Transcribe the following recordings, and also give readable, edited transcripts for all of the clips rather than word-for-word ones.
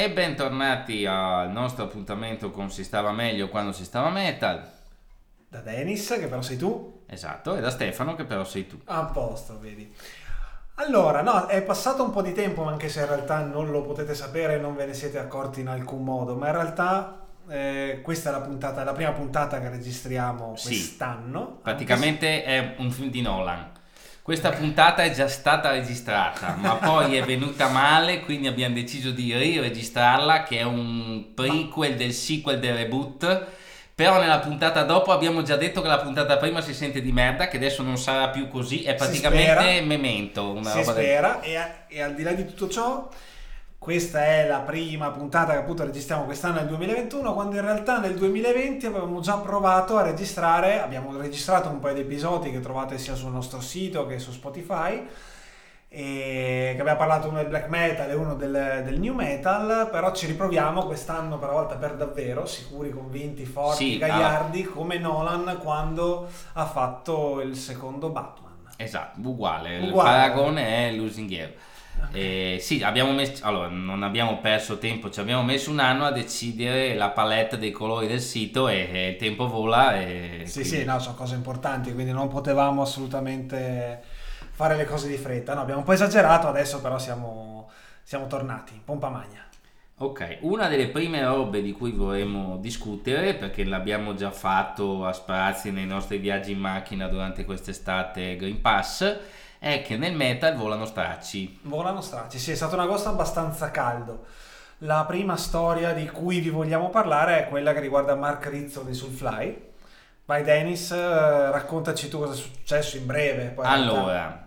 E bentornati al nostro appuntamento con Si stava meglio quando si stava metal. Da Dennis, che però sei tu. Esatto, e da Stefano che però sei tu. A posto, vedi. Allora, no, è passato un po' di tempo, anche se in realtà non lo potete sapere e non ve ne siete accorti in alcun modo, ma in realtà questa è la prima puntata che registriamo Sì, quest'anno. praticamente è un film di Nolan. Questa puntata è già stata registrata, ma poi è venuta male, quindi abbiamo deciso di riregistrarla, che è un prequel del sequel del reboot. Però nella puntata dopo abbiamo già detto che la puntata prima si sente di merda, che adesso non sarà più così, è Si praticamente spera. Memento, una Si roba del... spera, e al di là di tutto ciò, questa è la prima puntata che appunto registriamo quest'anno nel 2021, quando in realtà nel 2020 avevamo già provato a registrare, abbiamo registrato un paio di episodi che trovate sia sul nostro sito che su Spotify, e che abbiamo parlato uno del black metal e uno del new metal, però ci riproviamo quest'anno per una volta per davvero, sicuri, convinti, forti, Sì, gagliardi, come Nolan quando ha fatto il secondo Batman. esatto, uguale, il Uguale. paragone è lusinghiero. Sì, allora, non abbiamo perso tempo, ci abbiamo messo un anno a decidere la palette dei colori del sito e il tempo vola. Sì, Quindi... sì, no, sono cose importanti, quindi non potevamo assolutamente fare le cose di fretta. No, abbiamo un po' esagerato, adesso però siamo tornati, pompa magna. Ok, una delle prime robe di cui vorremmo discutere, perché l'abbiamo già fatto a sprazzi nei nostri viaggi in macchina durante quest'estate Green Pass, è che nel metal volano stracci. Volano stracci, sì, è stato un agosto abbastanza caldo. La prima storia di cui vi vogliamo parlare è quella che riguarda Mark Rizzo di Soulfly. Vai Dennis, raccontaci tu cosa è successo in breve. Poi in realtà- Allora,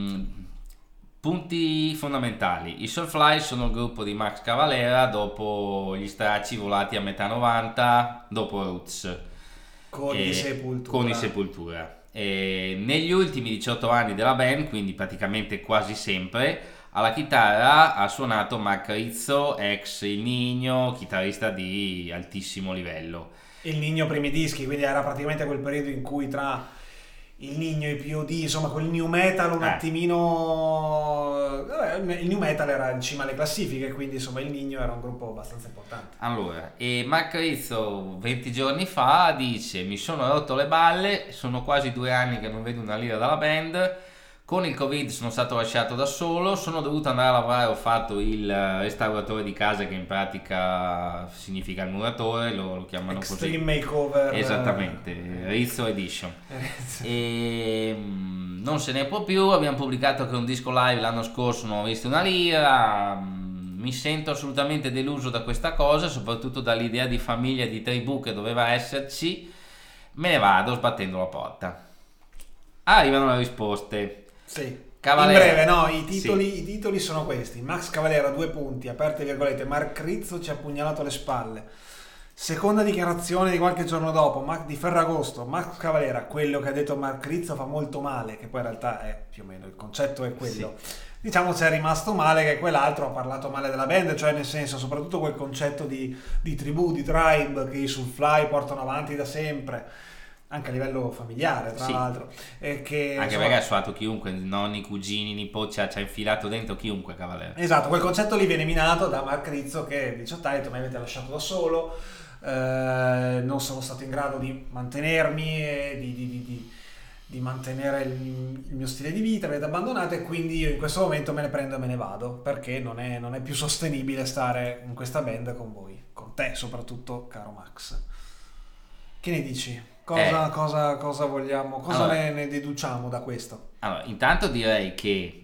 punti fondamentali. I Soulfly sono il gruppo di Max Cavalera dopo gli stracci volati a metà 90, dopo Roots, con i Sepultura. con i Sepultura. E negli ultimi 18 anni della band, quindi praticamente quasi sempre, alla chitarra ha suonato Mark Rizzo, ex Il Nino, chitarrista di altissimo livello. Il Nino primi dischi, quindi era praticamente quel periodo in cui tra il Nino e i POD, insomma quel new metal un attimino... il new metal era in cima alle classifiche, quindi insomma il Nino era un gruppo abbastanza importante. Allora, e Mark Rizzo 20 giorni fa dice: mi sono rotto le balle, sono quasi 2 anni che non vedo una lira dalla band, con il Covid sono stato lasciato da solo, sono dovuto andare a lavorare, ho fatto il restauratore di casa, che in pratica significa il muratore, lo chiamano Extreme così. Makeover. Esattamente, Rizzo Edition. E non se ne può più, abbiamo pubblicato che un disco live l'anno scorso, non ho visto una lira. Mi sento assolutamente deluso da questa cosa, soprattutto dall'idea di famiglia e di tribù che doveva esserci. Me ne vado sbattendo la porta. Arrivano le risposte. Sì. Cavalera. In breve, no, Sì. i titoli sono questi. Max Cavalera, 2 punti, aperte virgolette, Mark Rizzo ci ha pugnalato alle spalle. Seconda dichiarazione di qualche giorno dopo, di Ferragosto, Max Cavalera, quello che ha detto Mark Rizzo fa molto male, che poi in realtà è più o meno il concetto è quello. Sì. Diciamo c'è rimasto male che quell'altro ha parlato male della band, cioè nel senso soprattutto quel concetto di tribù, di tribe che i Soulfly portano avanti da sempre, anche a livello familiare tra Sì. l'altro. E che, Anche insomma, perché ha suonato chiunque, nonni, cugini, nipoti, ci ha infilato dentro chiunque, Cavalera. esatto, quel concetto lì viene minato da Mark Rizzo che 18 anni ha detto mi avete lasciato da solo, non sono stato in grado di mantenermi e di mantenere il mio stile di vita, mi avete abbandonato e quindi io in questo momento me ne prendo e me ne vado perché non è più sostenibile stare in questa band con voi, con te soprattutto, caro Max. Che ne dici? Cosa vogliamo, cosa Allora, ne deduciamo da questo? Allora, intanto direi che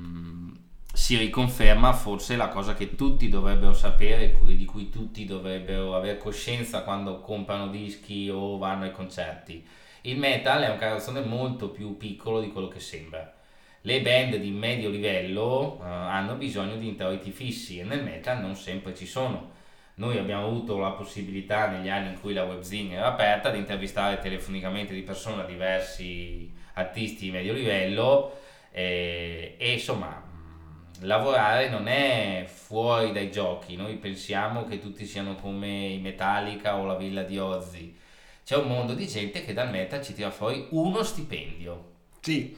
si riconferma forse la cosa che tutti dovrebbero sapere, di cui tutti dovrebbero avere coscienza quando comprano dischi o vanno ai concerti. Il metal è un carrozzone molto più piccolo di quello che sembra. Le band di medio livello hanno bisogno di introiti fissi e nel metal non sempre ci sono. Noi abbiamo avuto la possibilità negli anni in cui la webzine era aperta di intervistare telefonicamente di persona diversi artisti di medio livello e insomma lavorare non è fuori dai giochi. Noi pensiamo che tutti siano come i Metallica o la Villa di Ozzy. C'è un mondo di gente che dal metal ci tira fuori uno stipendio. Sì,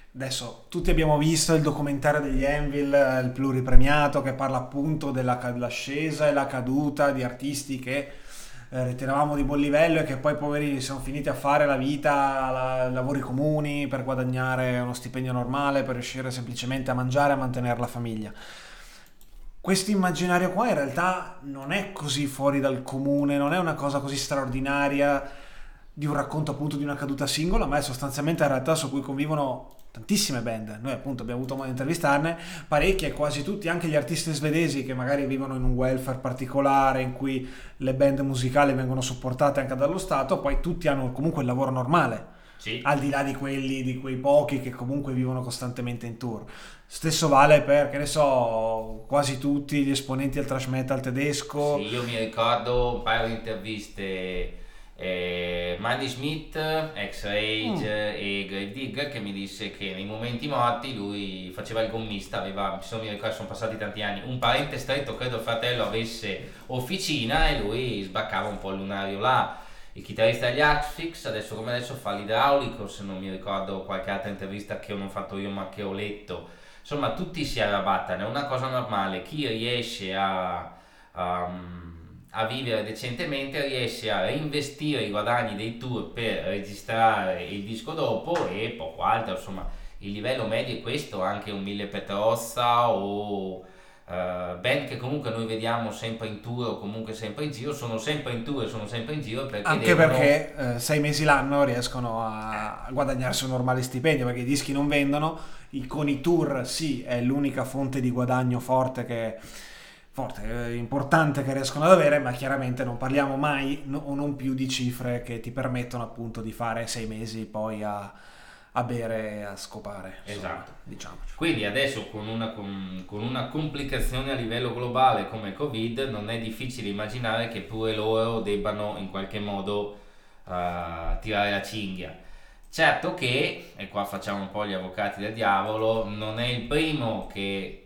Adesso tutti abbiamo visto il documentario degli Anvil, il pluripremiato, che parla appunto dell'ascesa e la caduta di artisti che ritenevamo di buon livello e che poi poverini sono finiti a fare la vita, lavori comuni per guadagnare uno stipendio normale, per riuscire semplicemente a mangiare e a mantenere la famiglia. Questo immaginario qua in realtà non è così fuori dal comune, non è una cosa così straordinaria di un racconto appunto di una caduta singola, ma è sostanzialmente la realtà su cui convivono tantissime band. Noi appunto abbiamo avuto modo di intervistarne parecchie e quasi tutti, anche gli artisti svedesi che magari vivono in un welfare particolare in cui le band musicali vengono supportate anche dallo Stato, poi tutti hanno comunque il lavoro normale. Sì. Al di là di quei pochi che comunque vivono costantemente in tour. Stesso vale per, che ne so, quasi tutti gli esponenti del thrash metal tedesco. Sì, io mi ricordo un paio di interviste, Manny Smith, X-Rage e Gravedigger, che mi disse che nei momenti morti lui faceva il gommista, mi ricordo, sono passati tanti anni, un parente stretto, credo il fratello avesse officina e lui sbaccava un po' il lunario là. Il chitarrista degli Asphyx adesso come adesso fa l'idraulico, se non mi ricordo qualche altra intervista che non ho fatto io ma che ho letto. Insomma, tutti si arrabattano, è una cosa normale. Chi riesce a vivere decentemente riesce a reinvestire i guadagni dei tour per registrare il disco dopo e poco altro. Insomma, il livello medio è questo, anche un Mille Petrossa o band che comunque noi vediamo sempre in tour o comunque sempre in giro, sono sempre in tour e sono sempre in giro perché anche perché 6 mesi l'anno riescono a guadagnarsi un normale stipendio, perché i dischi non vendono, con i tour sì è l'unica fonte di guadagno forte, importante che riescono ad avere, ma chiaramente non parliamo mai o non più di cifre che ti permettono appunto di fare 6 mesi poi a bere e a scopare. Esatto. Diciamoci. Quindi adesso con una complicazione a livello globale come il Covid non è difficile immaginare che pure loro debbano in qualche modo tirare la cinghia. Certo che, e qua facciamo un po' gli avvocati del diavolo, non è il primo che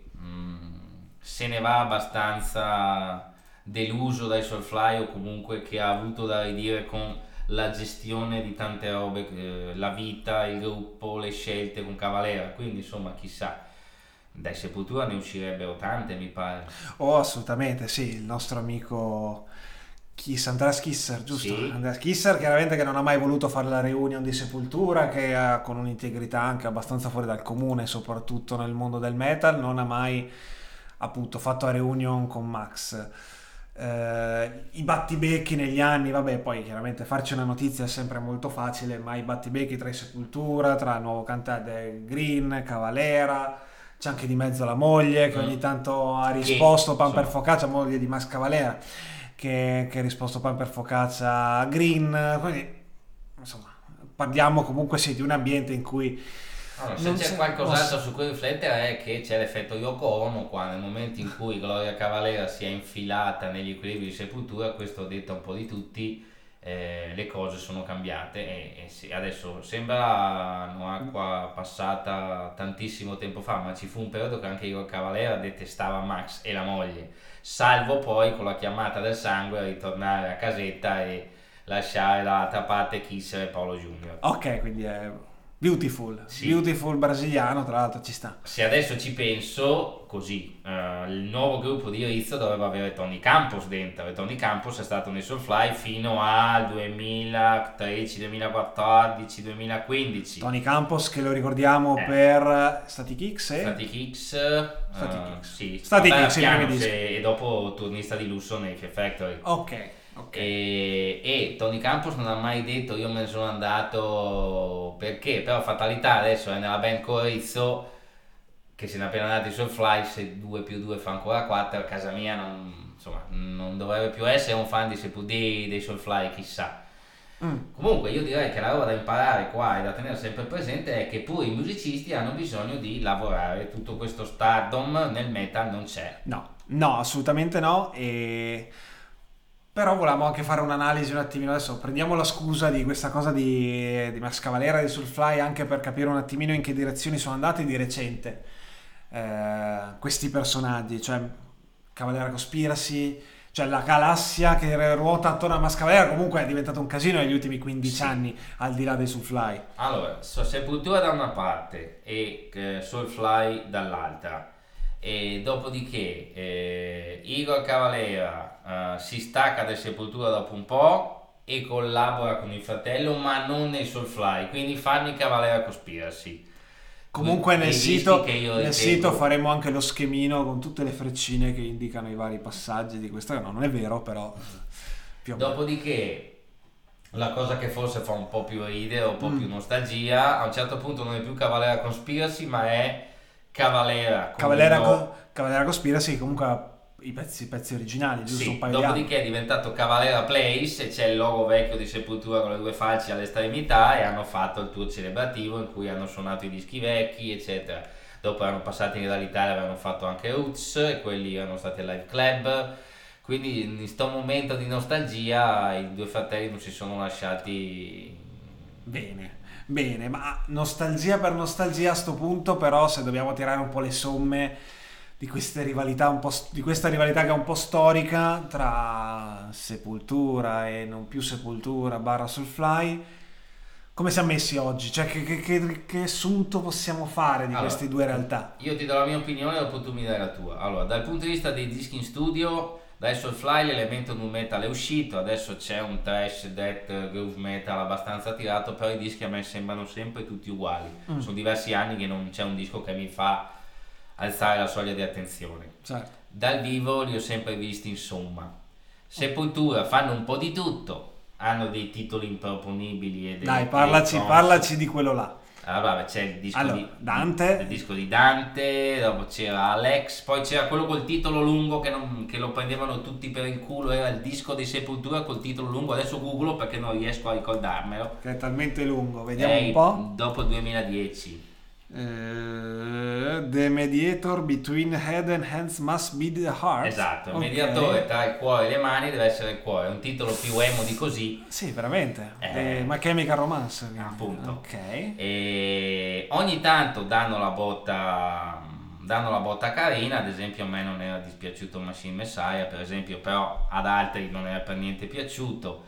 se ne va abbastanza deluso dai Soulfly o comunque che ha avuto da ridire con la gestione di tante robe, la vita, il gruppo, le scelte con Cavalera, quindi insomma chissà, dai Sepoltura ne uscirebbero tante mi pare. Oh, assolutamente sì, il nostro amico Andreas Kisser, giusto? Sì. Andreas Kisser chiaramente che non ha mai voluto fare la reunion di Sepoltura, che ha con un'integrità anche abbastanza fuori dal comune, soprattutto nel mondo del metal, non ha mai appunto fatto la reunion con Max. I battibecchi negli anni, vabbè, poi chiaramente farci una notizia è sempre molto facile, ma i battibecchi tra i Sepoltura, tra il nuovo cantante Green, Cavalera, c'è anche di mezzo la moglie che ogni tanto ha risposto pan per focaccia, moglie di Max Cavalera che ha risposto pan per focaccia a Green, quindi insomma parliamo comunque sì di un ambiente in cui allora, se c'è qualcos'altro su cui riflettere è che c'è l'effetto Yoko Ono qua, nel momento in cui Gloria Cavalera si è infilata negli equilibri di Sepoltura, questo detta un po' di tutti, le cose sono cambiate e sì, adesso sembra un'acqua passata tantissimo tempo fa, ma ci fu un periodo che anche Gloria Cavalera detestava Max e la moglie, salvo poi con la chiamata del sangue ritornare a casetta e lasciare dall'altra parte Kisser e Paolo Junior. Ok, quindi è beautiful, sì. Beautiful brasiliano, tra l'altro ci sta. Se adesso ci penso, così, il nuovo gruppo di Rizzo doveva avere Tony Campos dentro, e Tony Campos è stato nei Soulfly fino al 2013, 2014, 2015. Tony Campos che lo ricordiamo per Static X sì, Static X e dopo turnista di lusso nei Fear Factory. Ok. E Tony Campos non ha mai detto io me ne sono andato perché, però fatalità adesso è nella band con Rizzo che se ne è appena andati sul Fly, se 2 più 2 fa ancora 4 a casa mia non dovrebbe più essere un fan dei Soulfly, chissà. Comunque io direi che la roba da imparare qua e da tenere sempre presente è che pure i musicisti hanno bisogno di lavorare, tutto questo stardom nel metal non c'è. No, assolutamente no, però volevamo anche fare un'analisi un attimino, adesso prendiamo la scusa di questa cosa di Max Cavalera e di Soulfly anche per capire un attimino in che direzioni sono andati di recente questi personaggi, cioè Cavalera Conspiracy, cioè la galassia che ruota attorno a Max Cavalera comunque è diventato un casino negli ultimi 15 Sì. anni, al di là dei Soulfly. Allora, Sepoltura da una parte e Soulfly dall'altra. E dopodiché Igor Cavalera si stacca da Sepoltura dopo un po' e collabora con il fratello, ma non nei Soulfly, quindi fanno i Cavalera Conspiracy. Comunque Dei nel dischi sito, che io nel ritengo- sito faremo anche lo schemino con tutte le freccine che indicano i vari passaggi di questa. No, non è vero, però più o meno. Dopodiché, la cosa che forse fa un po' più ridere, un po' più nostalgia, a un certo punto non è più Cavalera Conspiracy, ma è Cavalera con Cavalera, il no- Cavalera Conspiracy comunque ha i pezzi originali, giusto? Sì, Un paio di anni. dopodiché è diventato Cavalera Place e c'è il logo vecchio di Sepoltura con le due falci all'estremità e hanno fatto il tour celebrativo in cui hanno suonato i dischi vecchi, eccetera. Dopo erano passati dall'Italia, avevano fatto anche Roots e quelli erano stati al Live Club. Quindi in questo momento di nostalgia i due fratelli non si sono lasciati. Bene, bene, ma nostalgia per nostalgia a sto punto, però se dobbiamo tirare un po' le somme di queste rivalità di questa rivalità che è un po' storica tra Sepoltura e non più Sepoltura barra Soulfly, come siamo messi oggi? Cioè che assunto possiamo fare di Allora, queste due realtà? Io ti do la mia opinione e dopo tu mi dai la tua. Allora, dal punto di vista dei dischi in studio, dai Soulfly l'elemento nu metal è uscito, adesso c'è un thrash, death, groove metal abbastanza tirato, però i dischi a me sembrano sempre tutti uguali. Sono diversi anni che non c'è un disco che mi fa alzare la soglia di attenzione. Certo. Dal vivo li ho sempre visti, insomma. Sepoltura fanno un po' di tutto, hanno dei titoli improponibili e dei Dai, concept. parlaci di quello là. Allora, vabbè, c'è il disco, Allora, di Dante. il disco di Dante, dopo c'era Alex, poi c'era quello col titolo lungo che lo prendevano tutti per il culo, era il disco di Sepoltura col titolo lungo, adesso googlo perché non riesco a ricordarmelo. Che è talmente lungo, vediamo È un po'. dopo il 2010. The mediator between head and hands must be the heart. Esatto, il Ok. mediatore tra il cuore e le mani deve essere il cuore, è un titolo più emo di così. Sì, veramente. My Eh, Chemical Romance. quindi. appunto. Ok. E ogni tanto danno la botta carina, ad esempio a me non era dispiaciuto Machine Messiah, per esempio, però ad altri non era per niente piaciuto.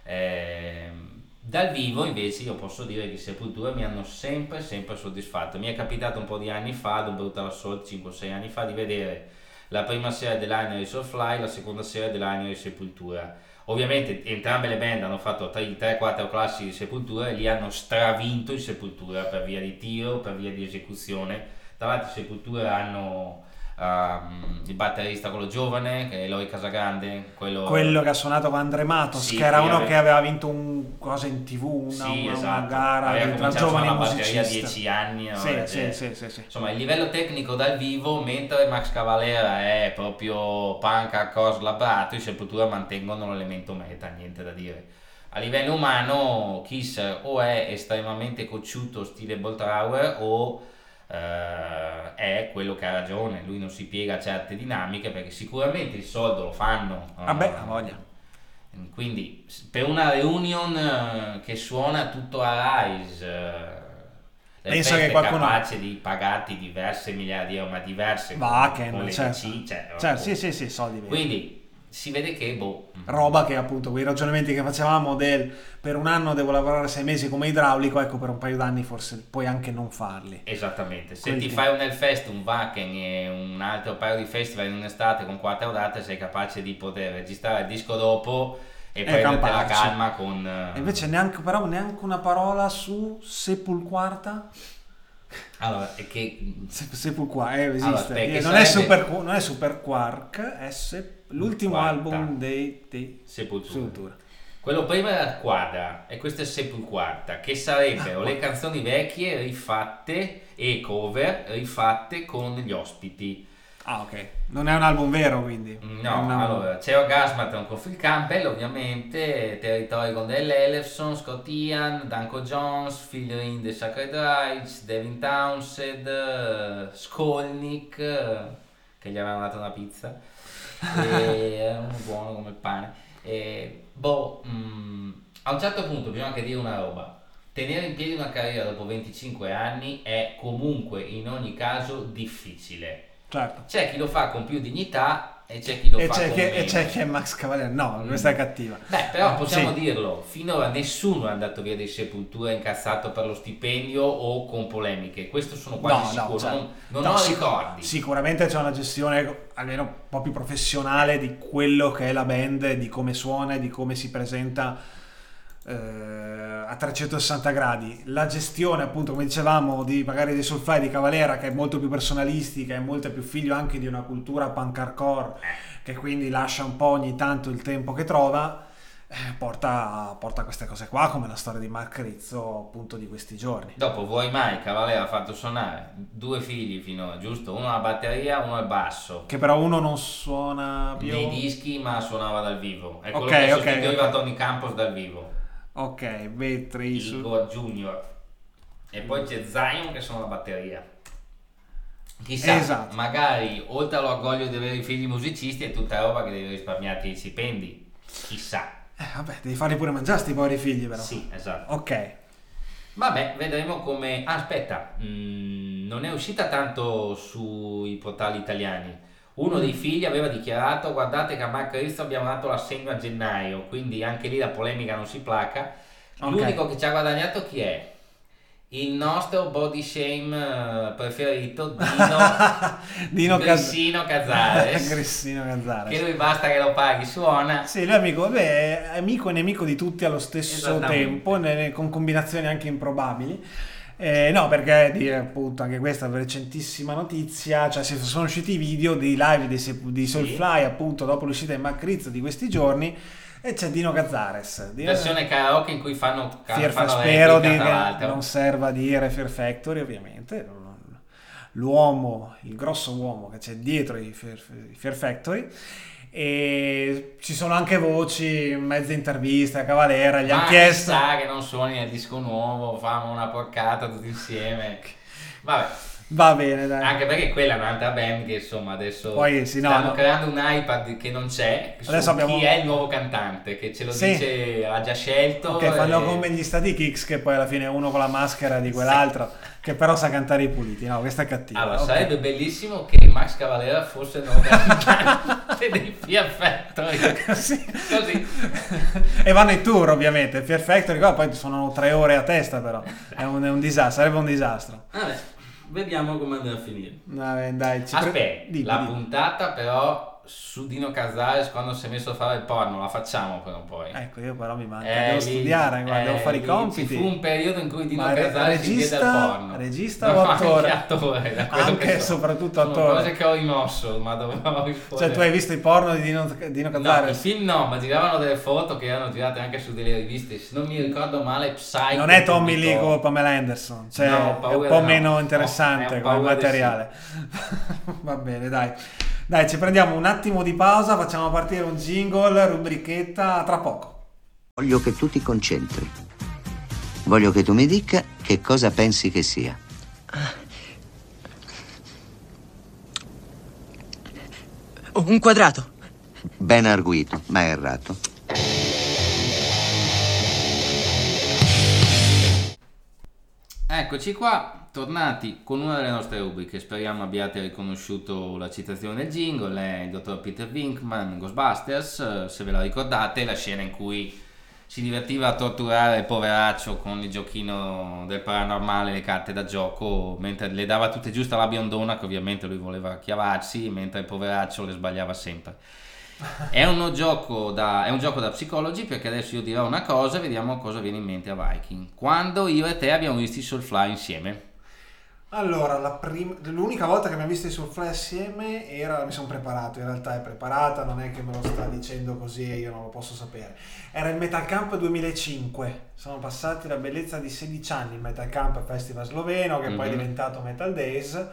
Dal vivo invece io posso dire che i Sepoltura mi hanno sempre soddisfatto. Mi è capitato un po' di anni fa, dopo Brutal Assault 5-6 anni fa, di vedere la prima serie dell'Ainer di Soulfly, la seconda serie dell'Ainer di Sepoltura. Ovviamente entrambe le band hanno fatto 3-4 classi di Sepoltura e lì hanno stravinto il Sepoltura per via di tiro, per via di esecuzione. Tra l'altro i Sepoltura hanno il batterista, quello giovane, che è Eloy Casagrande, Quello che ha suonato con Andre Matos, Sì, che era che uno aveva- che aveva vinto cosa in TV, Sì, una esatto. gara Aveva tra cominciato giovani suonare la batteria a musicisti. 10 anni. no? Sì. Insomma, il livello tecnico dal vivo, mentre Max Cavalera è proprio punk hardcore slabbrato, i Sepoltura mantengono l'elemento metal, niente da dire. A livello umano, Kiss o è estremamente cocciuto stile Boltrauer o è quello che ha ragione, lui non si piega a certe dinamiche perché sicuramente il soldo lo fanno. Vabbè, ha voglia. Quindi per una reunion che suona tutto a Rise, Penso che è qualcuno- capace di pagarti diverse migliaia di euro, ma diverse Wacken, con le certo. DC, cioè, Certo, sì, soldi veri. quindi si vede che Roba che appunto quei ragionamenti che facevamo del per un anno devo lavorare 6 mesi come idraulico, ecco, per un paio d'anni forse puoi anche non farli. esattamente, se Quel ti tempo. fai un Hellfest, un Wacken e un altro paio di festival in un'estate con 4 date sei capace di poter registrare il disco dopo e prenderti la camparci. calma con E invece neanche una parola su Sepulquarta. allora è che Sepulquarta, esiste. Allora, perché non, è sarebbe- non è Super Quark, è l'ultimo Quarta. album dei Sepoltura. Sepultura. Quello prima era Quadra e questo è Sepulquarta, che sarebbero le canzoni vecchie rifatte e cover rifatte con gli ospiti. Ah, ok. Non è un album vero, quindi. No, allora c'è Orgasmatron con Phil Campbell, ovviamente, Territory con Dale Ellefson, Scott Ian, Danko Jones, Phil Rinn The Sacred Rights, Devin Townsend, Skolnick, che gli avevano dato una pizza, e era uno buono come il pane. A un certo punto bisogna anche dire una roba. Tenere in piedi una carriera dopo 25 anni è comunque in ogni caso difficile. Certo. C'è chi lo fa con più dignità e c'è chi lo e fa con e meno. c'è chi è Max Cavalera. No, questa è cattiva. Beh, però possiamo Sì. dirlo, finora nessuno è andato via di Sepoltura incazzato per lo stipendio o con polemiche, questo sono quasi sicuro, cioè, non no, ho ricordi. Sicuramente c'è una gestione almeno un po' più professionale di quello che è la band, di come suona e di come si presenta a 360 gradi. La gestione, appunto, come dicevamo, di magari dei Soulfly di Cavalera, che è molto più personalistica, è molto più figlio anche di una cultura punk hardcore, che quindi lascia un po' ogni tanto il tempo che trova, porta a queste cose qua, come la storia di Mark Rizzo, appunto, di questi giorni. Dopo, vuoi mai, Cavalera ha fatto suonare 2 figli finora, giusto? Uno alla batteria, uno al basso. Che però uno non suona più Nei dischi, ma suonava dal vivo. È quello Ok, che ok, sostituiva ok. Tony Campos dal vivo. Ok, vetri su... Igor Junior. E poi c'è Zion che sono la batteria. Chissà, Esatto. magari oltre all'orgoglio di avere i figli musicisti è tutta roba che devi risparmiarti i stipendi. Chissà. Vabbè, devi farli pure mangiare sti poveri figli, però. Sì, esatto. Ok. Vabbè, vedremo come... aspetta, non è uscita tanto sui portali italiani. Uno dei figli aveva dichiarato: guardate che a Mark Rizzo abbiamo dato l'assegno a gennaio, quindi anche lì la polemica non si placa. Ok. L'unico che ci ha guadagnato chi è? Il nostro body shame preferito, Dino Grissino Cazares. Grissino Cazares. Che lui basta che lo paghi, suona. Sì, lui è amico, vabbè, è amico e nemico di tutti allo stesso Esattamente. tempo, con combinazioni anche improbabili. No, perché dire appunto anche questa recentissima notizia, cioè sono usciti i video dei live di Soulfly, appunto, dopo l'uscita di Mark Rizzo di questi giorni, e c'è Dino Cazares. Versione karaoke in cui fanno Spero replica, di tra che l'altro. non serva dire Fear Factory, ovviamente. L'uomo, il grosso uomo che c'è dietro i Fear Factory. E ci sono anche voci, mezze interviste a Cavalera, gli hanno chiesto... chissà che non suoni nel disco nuovo, fanno una porcata tutti insieme. Vabbè, Va bene, dai. anche perché quella è un'altra band che insomma adesso Poi, sì, no, stanno no. creando un iPad che non c'è, Adesso su abbiamo- chi è il nuovo cantante, che ce lo Sì. dice, ha già scelto. Che fanno e- come gli Stati Kicks, che poi alla fine è uno con la maschera di quell'altro, che però sa cantare i puliti. No, questa è cattiva. Allora, Ok. sarebbe bellissimo che Max Cavalera fosse il nuovo cantante dei Fear Factory. Sì. Così. E vanno in tour, ovviamente. Fear Factory, qua poi sono 3 ore a testa, però è un disastro, sarebbe un disastro. Vabbè, vediamo come andrà a finire. Vabbè, dai, Aspetta, dimmi, la dimmi. puntata però su Dino Cazares quando si è messo a fare il porno, la facciamo però poi. Ecco, io però mi manca, Lì- devo studiare, guarda, devo fare i lì compiti. Ci fu un periodo in cui Dino Ma Cazares si diede al porno. regista No, o attore? Anche attore, da quello Anche che e so. soprattutto Sono attore. cose che ho rimosso, ma dovevo rispondere. Cioè, tu hai visto i porno di Dino No, i Cazares? film no, ma giravano delle foto che erano girate anche su delle riviste. Se non mi ricordo male, Psycho. Non è Tommy Lee pubblicò. con Pamela Anderson, cioè No, è un paura po' no. meno No, interessante è come paura di materiale. Va bene, dai. Dai, ci prendiamo un attimo di pausa, facciamo partire un jingle, rubrichetta, tra poco. Voglio che tu ti concentri. Voglio che tu mi dica che cosa pensi che sia. Un quadrato. Ben arguito, ma è errato. Eccoci qua, tornati con una delle nostre rubriche. Speriamo abbiate riconosciuto la citazione del jingle. È il dottor Peter Venkman, Ghostbusters. Se ve la ricordate, la scena in cui si divertiva a torturare il poveraccio con il giochino del paranormale, le carte da gioco, mentre le dava tutte giuste alla biondona, che ovviamente lui voleva chiavarsi, mentre il poveraccio le sbagliava sempre. È un gioco da Psychology, perché adesso io dirò una cosa e vediamo cosa viene in mente a Viking. Quando io e te abbiamo visto i Soulfly insieme? Allora, l'unica volta che abbiamo visto i Soulfly assieme mi sono preparato, in realtà è preparata, non è che me lo sta dicendo così e io non lo posso sapere. Era il Metal Camp 2005, sono passati la bellezza di 16 anni, il Metal Camp Festival sloveno, che poi è diventato Metal Days.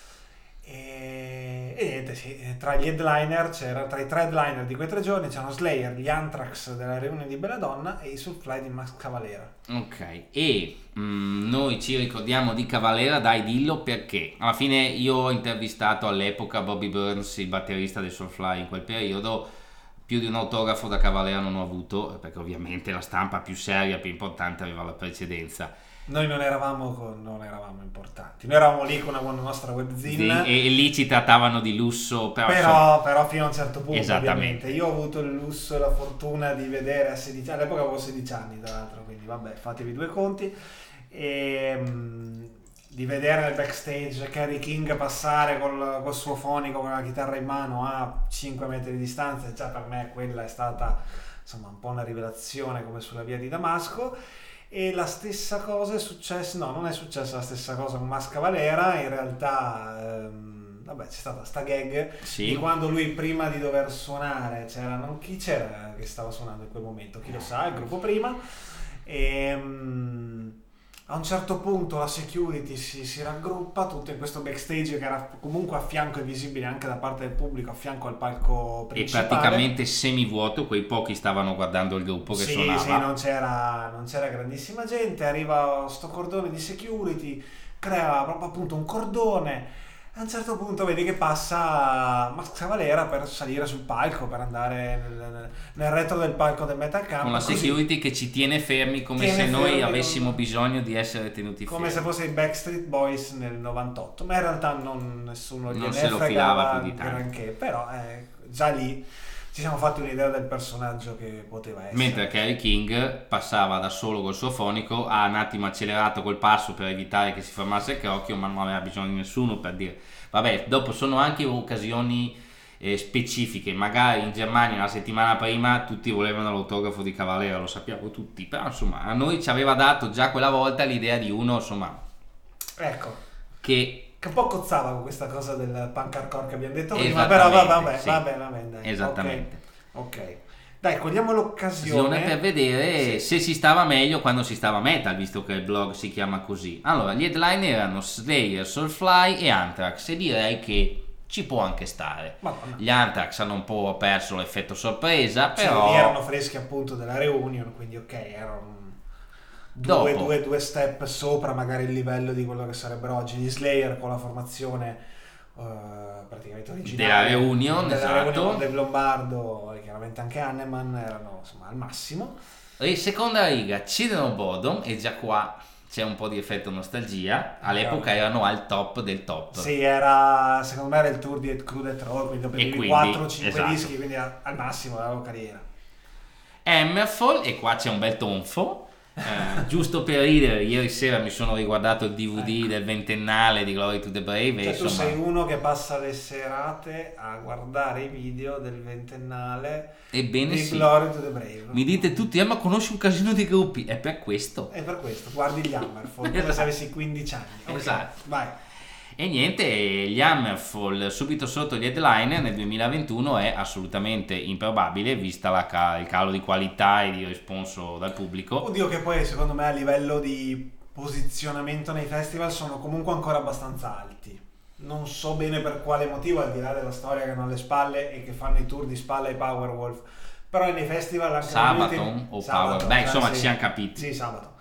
E niente, sì, tra i tre headliner di quei 3 giorni c'erano Slayer, gli Anthrax della riunione di Belladonna e i Soulfly di Max Cavalera. Ok, e noi ci ricordiamo di Cavalera, dai dillo perché. Alla fine io ho intervistato all'epoca Bobby Burns, il batterista dei Soulfly in quel periodo. Più di un autografo da Cavalera non ho avuto, perché ovviamente la stampa più seria, più importante aveva la precedenza. Noi non eravamo importanti, noi eravamo lì con una nostra webzine. E lì ci trattavano di lusso, però fino a un certo punto, esattamente. ovviamente. Io ho avuto il lusso e la fortuna di vedere a 16 anni, all'epoca avevo 16 anni tra l'altro, quindi vabbè, fatevi due conti, e di vedere nel backstage Kerry King passare col suo fonico con la chitarra in mano a 5 metri di distanza, già per me quella è stata insomma un po' una rivelazione, come sulla via di Damasco. E la stessa cosa è successa, no, non è successa la stessa cosa con Masca Valera, in realtà vabbè, c'è stata sta gag di quando lui, prima di dover suonare, chi c'era che stava suonando in quel momento, chi lo sa, il gruppo prima, e a un certo punto la security si raggruppa tutto in questo backstage che era comunque a fianco e visibile anche da parte del pubblico, a fianco al palco principale. E praticamente semivuoto, quei pochi stavano guardando il gruppo che suonava. Sì, non c'era grandissima gente, arriva sto cordone di security, crea proprio appunto un cordone. A un certo punto vedi che passa Max Cavalera per salire sul palco, per andare nel retro del palco del Metal Camp. Con la security che ci tiene fermi come se noi avessimo bisogno di essere tenuti fermi. Come se fosse i Backstreet Boys nel 98, ma in realtà nessuno non se lo filava più di tanto. Granché, però già lì ci siamo fatti un'idea del personaggio che poteva essere. Mentre Kerry King passava da solo col suo fonico, ha un attimo accelerato col passo per evitare che si fermasse il crocchio, ma non aveva bisogno di nessuno per dire. Vabbè, dopo sono anche occasioni specifiche, magari in Germania la settimana prima tutti volevano l'autografo di Cavalera, lo sappiamo tutti, però insomma a noi ci aveva dato già quella volta l'idea di uno, insomma, ecco, che un po' cozzava con questa cosa del punk hardcore che abbiamo detto prima, però vabbè, dai. Esattamente. Ok. Dai, cogliamo l'occasione per vedere se si stava meglio quando si stava metal, visto che il blog si chiama così. Allora, gli headliner erano Slayer, Soulfly e Anthrax, e direi che ci può anche stare. Madonna. Gli Anthrax hanno un po' perso l'effetto sorpresa, però erano freschi appunto della reunion, quindi ok, erano due step sopra magari il livello di quello che sarebbero oggi gli Slayer, con la formazione praticamente originale della reunion, reunion del Lombardo, e chiaramente anche Hanneman erano insomma al massimo. E seconda riga Children of Bodom, e già qua c'è un po' di effetto nostalgia, all'epoca erano al top del top. Sì, secondo me era il tour di Crude Troll, quindi dopo 4-5 esatto, dischi, quindi al massimo della loro carriera. Hammerfall, e qua c'è un bel tonfo. Giusto per ridere, ieri sera mi sono riguardato il DVD del ventennale di Glory to the Brave. Cioè, tu sei uno che passa le serate a guardare i video del ventennale di Glory to the Brave. Mi dite tutti, ma conosci un casino di gruppi? È per questo. Guardi gli Hammerfall come se avessi 15 anni. Okay, esatto. Vai. E niente, gli Hammerfall subito sotto gli headliner nel 2021 è assolutamente improbabile, vista il calo di qualità e di responso dal pubblico. Oddio, che poi secondo me a livello di posizionamento nei festival sono comunque ancora abbastanza alti. Non so bene per quale motivo, al di là della storia che hanno alle spalle e che fanno i tour di spalla ai Powerwolf, però nei festival anche Sabaton o Power, beh insomma ci siamo capiti. Sì, Sabaton.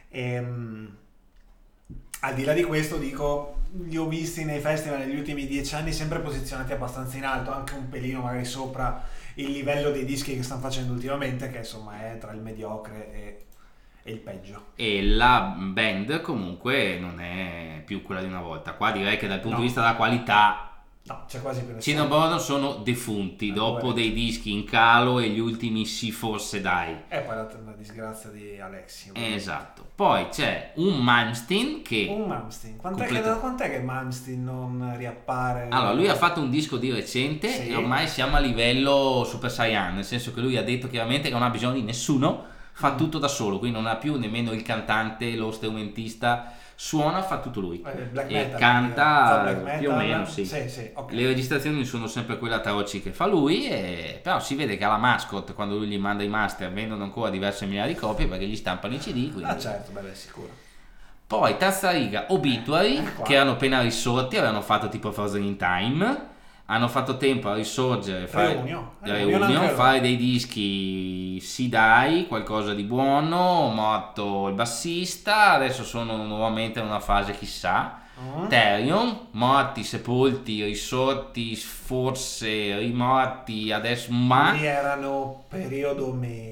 Al di là di questo dico, li ho visti nei festival negli ultimi 10 anni sempre posizionati abbastanza in alto, anche un pelino magari sopra il livello dei dischi che stanno facendo ultimamente, che insomma è tra il mediocre e il peggio. E la band comunque non è più quella di una volta. Qua direi che dal punto di vista della qualità no, c'è quasi più nessuno. Children of Bodom sono defunti dopo dei dischi in calo, e gli ultimi sì, forse dai. E poi la disgrazia di Alexi. Esatto. Poi c'è un Malmsteen che... Quant'è che Malmsteen non riappare? Allora, lui ha fatto un disco di recente, sì, e ormai siamo a livello Super Saiyan, nel senso che lui ha detto chiaramente che non ha bisogno di nessuno, fa tutto da solo, quindi non ha più nemmeno il cantante, lo strumentista, suona, fa tutto lui e canta più o meno, sì. Okay. Le registrazioni sono sempre quelle a tarocchi che fa lui, però si vede che alla Mascot, quando lui gli manda i master, vendono ancora diverse migliaia di copie perché gli stampano i CD, quindi... certo, beh, sicuro. Poi terza riga Obituary, che erano appena risorti, avevano fatto tipo Frozen in Time, hanno fatto tempo a risorgere, fare dei dischi, sì dai, qualcosa di buono, morto il bassista, adesso sono nuovamente in una fase chissà. Therion, morti, sepolti, risorti, forse rimorti, adesso ma... erano periodo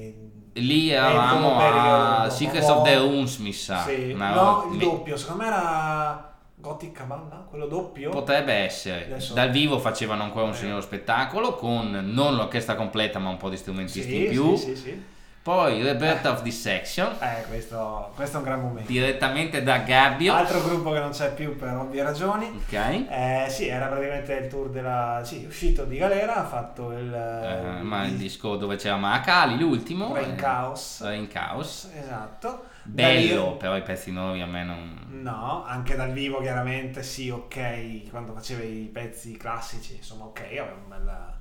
Lì eravamo a periodo, Secrets of the Runes, mi sa. Sì. Una No, roba- il doppio, secondo me era Gothic Cabana, quello doppio. Potrebbe essere. Adesso- Dal vivo facevano ancora un signoro spettacolo con non l'orchestra completa ma un po' di strumentisti Sì, in più. sì. Poi Rebirth of Dissection, Questo è un gran momento. direttamente da Gabbio. Altro gruppo che non c'è più per ovvie ragioni. Ok. Sì, era praticamente il tour della... Sì, uscito di galera, ha fatto Ma il disco dove c'era Maracali, l'ultimo. Rain Chaos. Rain Chaos. Esatto. Bello, Da lì- però i pezzi nuovi a me non... No, anche dal vivo chiaramente sì, ok, quando faceva i pezzi classici, insomma ok, aveva un bel...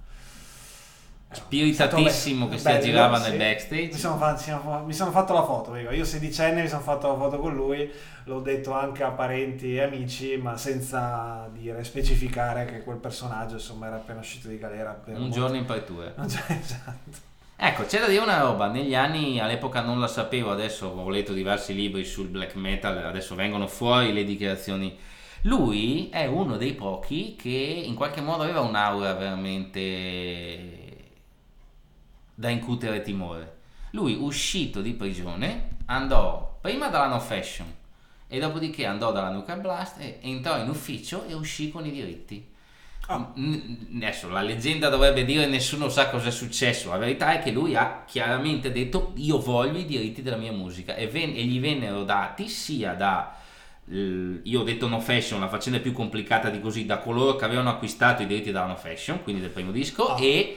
Spiritatissimo che si bello, aggirava sì. nel backstage. Mi sono fatto la foto, io 16enne mi sono fatto la foto con lui, l'ho detto anche a parenti e amici, ma senza specificare che quel personaggio insomma era appena uscito di galera. Per Un molto- giorno in pretura. Esatto. Ecco, c'è da dire una roba, negli anni, all'epoca non la sapevo, adesso ho letto diversi libri sul black metal, adesso vengono fuori le dichiarazioni. Lui è uno dei pochi che in qualche modo aveva un'aura veramente da incutere timore. Lui, uscito di prigione, andò prima dalla No Fashion e dopodiché andò dalla Nuclear Blast e entrò in ufficio e uscì con i diritti. Adesso la leggenda dovrebbe dire nessuno sa cosa è successo, la verità è che lui ha chiaramente detto io voglio i diritti della mia musica e gli vennero dati sia da io ho detto No Fashion, la faccenda è più complicata di così, da coloro che avevano acquistato i diritti dalla No Fashion, quindi del primo disco,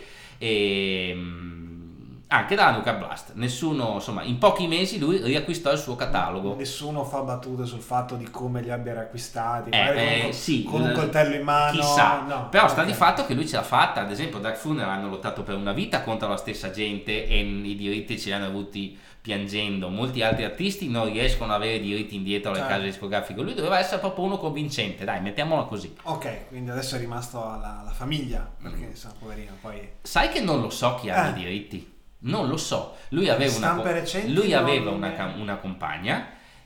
e anche dalla Nuclear Blast. Nessuno, insomma, in pochi mesi lui riacquistò il suo catalogo. Nessuno fa battute sul fatto di come li abbia riacquistati, magari sì, con un coltello in mano. Chissà, no, però sta ok. di fatto che lui ce l'ha fatta. Ad esempio Dark Funeral hanno lottato per una vita contro la stessa gente e i diritti ce li hanno avuti piangendo. Molti altri artisti non riescono ad avere i diritti indietro alle case discografiche. Lui doveva essere proprio uno convincente, dai, mettiamola così. Ok, quindi adesso è rimasto alla famiglia, perché insomma, poverino, poi... Sai che non lo so chi ha i diritti? Non lo so. Lui aveva Stampe recenti una compagna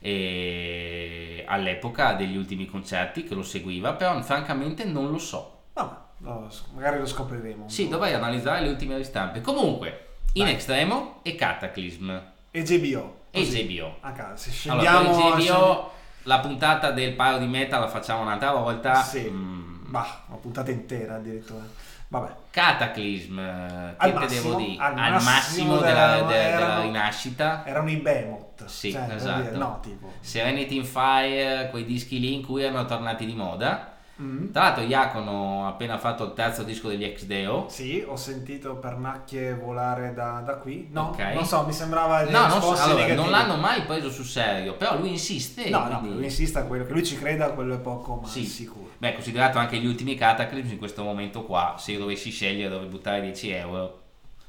all'epoca degli ultimi concerti che lo seguiva, però francamente non lo so. Vabbè, magari lo scopriremo. Sì, dovrei analizzare le ultime ristampe. Comunque, In Extremo e Cataclysm. E JBO. E JBO. A caso, se Allora, scegliamo... per JBO, la puntata del paro di metal la facciamo un'altra volta. Sì, una puntata intera addirittura. Vabbè. Cataclysm, Al che te devo massimo, dire? al Al massimo massimo della rinascita. Erano i Behemoth. Sì, per esatto. dire, no, tipo. Serenity in Fire, quei dischi lì in cui erano tornati di moda. Tra l'altro Iacono ha appena fatto il terzo disco degli Ex Deo. Sì, ho sentito pernacchie volare da qui. No, Ok. non so, mi sembrava No, non, risposte allora, negative. non l'hanno mai preso sul serio, però lui insiste. No, quindi- lui insista a quello che lui ci creda, quello è poco ma Sì. sicuro. Beh, considerato anche gli ultimi Cataclysm, in questo momento qua, se io dovessi scegliere dove buttare 10 euro,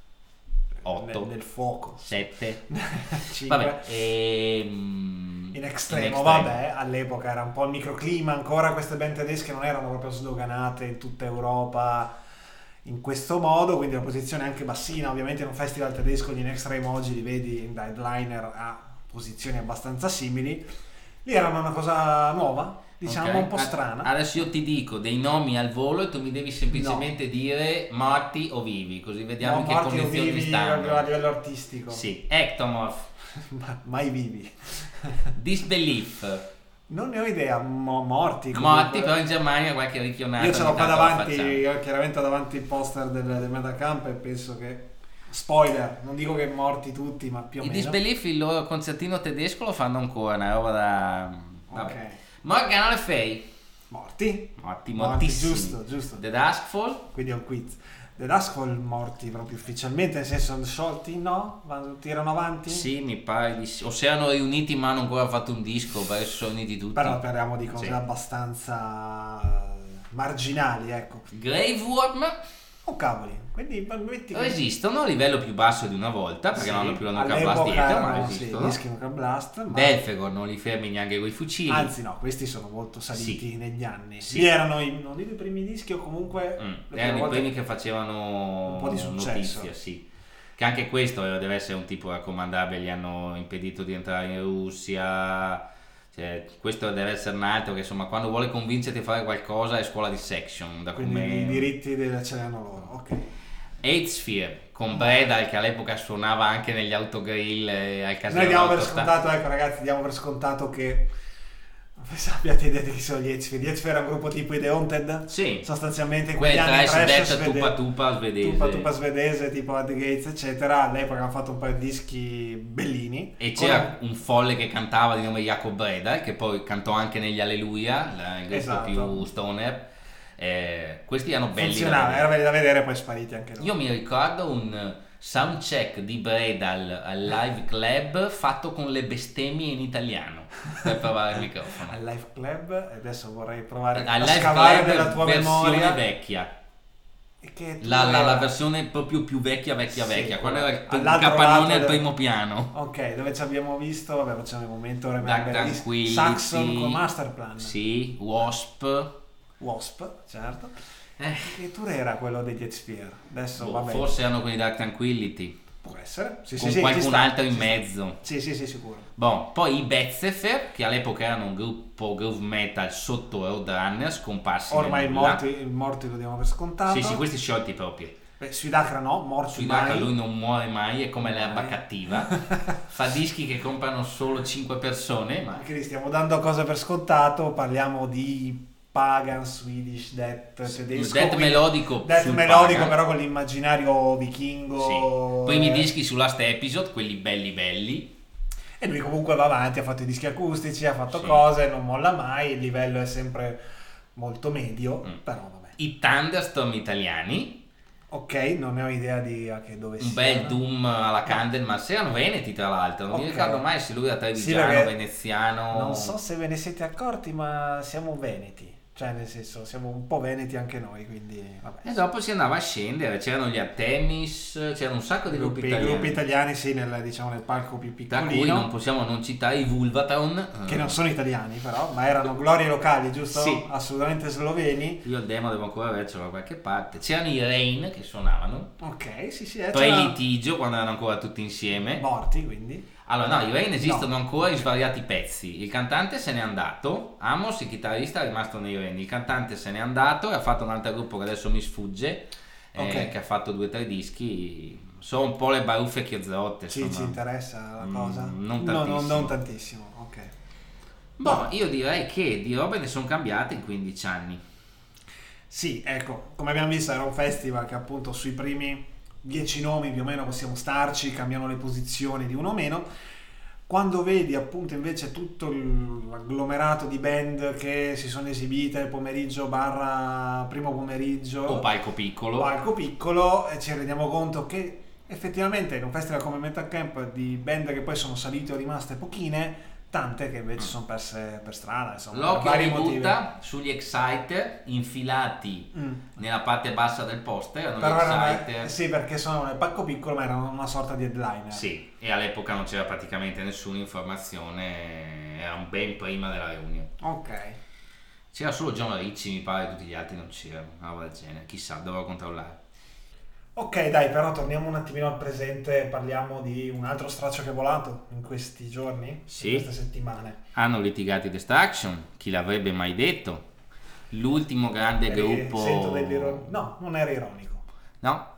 8, Nel fuoco. 7, 5. vabbè, In Extremo, vabbè, all'epoca era un po' il microclima, ancora queste band tedesche non erano proprio sdoganate in tutta Europa in questo modo, quindi la posizione è anche bassina, ovviamente in un festival tedesco di In Extreme oggi li vedi in Headliner a posizioni abbastanza simili, lì erano una cosa nuova, diciamo ok. un po' strana. Adesso io ti dico dei nomi al volo e tu mi devi semplicemente dire morti o vivi, così vediamo in che morti o condizioni vivi stanno. a livello artistico. Sì, Ectomorph, Mai vivi. Disbelief, Non ne ho idea, morti comunque. morti, però in Germania qualche ricchionata. Io ce l'ho ogni qua tanto la davanti, facciamo. io chiaramente ho davanti il poster del Metal Camp e penso che... Spoiler, non dico che morti tutti, ma più o I meno. Disbelief il loro concertino tedesco lo fanno ancora, una roba da... vabbè. Ok. Morgan Le Fay, Morti? morti, Morti, mortissimi. giusto. The Duskfall, Quindi è un quiz. The Duskfall morti proprio ufficialmente, nel senso sono sciolti? No? Tirano avanti? sì, mi pare di sì. O se erano riuniti ma hanno ancora fatto un disco, perché sono uniti tutti. Però parliamo di cose Sì. abbastanza marginali, ecco. Graveworm Oh cavoli, quindi metti che... resistono a livello più basso di una volta, perché Sì, non hanno più la Nuclear all'epoca Blast dietro, ma erano, sì, resistono. dischi Nuclear Blast, ma... Belfegor non li fermi neanche coi fucili. Anzi no, questi sono molto saliti Sì. negli anni. Sì. Sì, erano non dico i primi dischi o comunque... le prime Erano i volte- primi che facevano un po' di successo. notizia, sì. Che anche questo deve essere un tipo raccomandabile, gli hanno impedito di entrare in Russia. Cioè, questo deve essere un altro che insomma quando vuole convincerti a fare qualcosa è scuola di section da Quindi come... i diritti ce li hanno loro, ok. Sphere con Bredal, che all'epoca suonava anche negli autogrill al casino. Noi diamo per scontato, ecco ragazzi, diamo per scontato che sappiate idea di chi sono gli Sphere. Gli Sphere era un gruppo tipo i The Haunted? Sì. Sostanzialmente quel trash tupa tupa svedese. tupa svedese tipo At the Gates eccetera. All'epoca hanno fatto un paio di dischi bellini e c'era un folle che cantava di nome Jacob Bredal, che poi cantò anche negli Alleluia, il gruppo più stoner. Questi erano belli, funzionava, era belli da vedere, poi spariti anche loro. Io mi ricordo un soundcheck di Bredal al Live Club fatto con le bestemmie in italiano per provare il microfono. Al Live Club, adesso vorrei provare al a Live scavare Club nella tua versione memoria vecchia, che la versione proprio più vecchia, quando era il all'altro capannone lato al primo piano. Ok, dove ci abbiamo visto, vabbè, facciamo il momento Dark Tranquillity, Saxon con Masterplan. Sì, Wasp, certo. Che tour era quello degli Sphere? Adesso vabbè. Forse erano con i Dark Tranquillity. Può essere. Sì, con sì, qualcun altro in mezzo. Sì, sicuro. Bon, poi i Betzefer, che all'epoca erano un gruppo groove metal sotto Roadrunner, scomparsi ormai nel nulla. morti lo diamo per scontato. Sì, questi sciolti proprio. Sui Dacra no, morti Sui mai. Dacra lui non muore mai, è come l'erba cattiva. Fa dischi che comprano solo 5 persone, ma... Anche lì stiamo dando cose per scontato, parliamo di Pagan, Swedish, Death tedesco. Death melodico, Pagan, però con l'immaginario vichingo. Sì. Primi dischi su Last Episode, quelli belli. E lui comunque va avanti, ha fatto i dischi acustici, ha fatto cose, non molla mai, il livello è sempre molto medio, però vabbè. I Thunderstorm italiani. Ok, non ne ho idea di a che dove sia. Un bel doom alla Candlemas, erano veneti tra l'altro, non mi ricordo mai se lui era trevigiano, veneziano. Non so se ve ne siete accorti, ma siamo veneti. Cioè, nel senso, siamo un po' veneti anche noi, quindi vabbè. E dopo si andava a scendere, c'erano gli Artemis, c'erano un sacco di gruppi italiani. Gruppi italiani, sì, nel palco più piccolino. Da cui non possiamo non citare i Vulvatron. Che non sono italiani, però, ma erano glorie locali, giusto? Sì. Assolutamente sloveni. Io il demo devo ancora avercelo da qualche parte. C'erano i Rain che suonavano. Ok, sì. Pre-litigio, quando erano ancora tutti insieme. Morti, quindi. Allora, no, i Rain esistono ancora in svariati pezzi. Il cantante se n'è andato, Amos, il chitarrista, è rimasto nei Rain. Il cantante se n'è andato e ha fatto un altro gruppo che adesso mi sfugge, che ha fatto 2 o 3 dischi. Sono un po' le baruffe chiazzotte. Sì, ci interessa la cosa? Non tantissimo. Non tantissimo, ok. Boh, io direi che di robe ne sono cambiate in 15 anni. Sì, ecco, come abbiamo visto era un festival che appunto sui primi 10 nomi più o meno possiamo starci, cambiano le posizioni di uno o meno. Quando vedi appunto invece tutto l'agglomerato di band che si sono esibite pomeriggio barra primo pomeriggio o palco piccolo, ci rendiamo conto che effettivamente in un festival come Metal Camp di band che poi sono salite o rimaste pochine, tante che invece sono perse per strada, insomma. L'occhio mi butta sugli Exciter infilati nella parte bassa del poster. Però Exciter. Sì, perché sono nel palco piccolo, ma erano una sorta di headliner. Sì, e all'epoca non c'era praticamente nessuna informazione, era un ben prima della riunione. Ok. C'era solo John Ricci, mi pare, tutti gli altri non c'erano, una roba del genere, chissà, dovevo controllare. Ok, dai, però torniamo un attimino al presente e parliamo di un altro straccio che è volato in questi giorni, sì. In queste settimane. Hanno litigato i Destruction, chi l'avrebbe mai detto? L'ultimo grande gruppo... Sento no, non era ironico. No?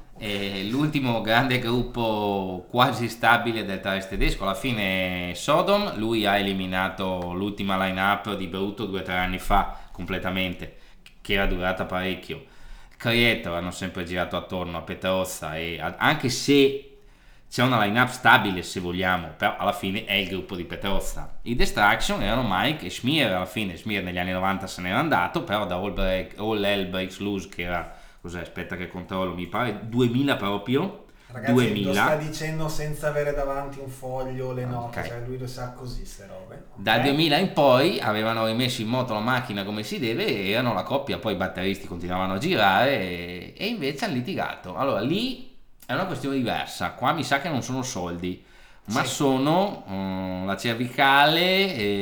L'ultimo grande gruppo quasi stabile del thrash tedesco, alla fine Sodom, lui ha eliminato l'ultima line-up di brutto 2 o 3 anni fa completamente, che era durata parecchio. Creator hanno sempre girato attorno a Petrozza e anche se c'è una line-up stabile se vogliamo, però alla fine è il gruppo di Petrozza. I Destruction erano Mike e Schmier, alla fine Schmier negli anni 90 se n'era andato, però da All Hell Breaks Loose, che era, aspetta che controllo, mi pare 2000 proprio. Ragazzi, 2000. Lo sta dicendo senza avere davanti un foglio, le note, okay. Cioè lui lo sa così ste robe. Okay. Dal 2000 in poi avevano rimesso in moto la macchina come si deve e erano la coppia, poi i batteristi continuavano a girare e invece hanno litigato. Allora lì è una questione diversa, qua mi sa che non sono soldi, ma sì. Sono la cervicale,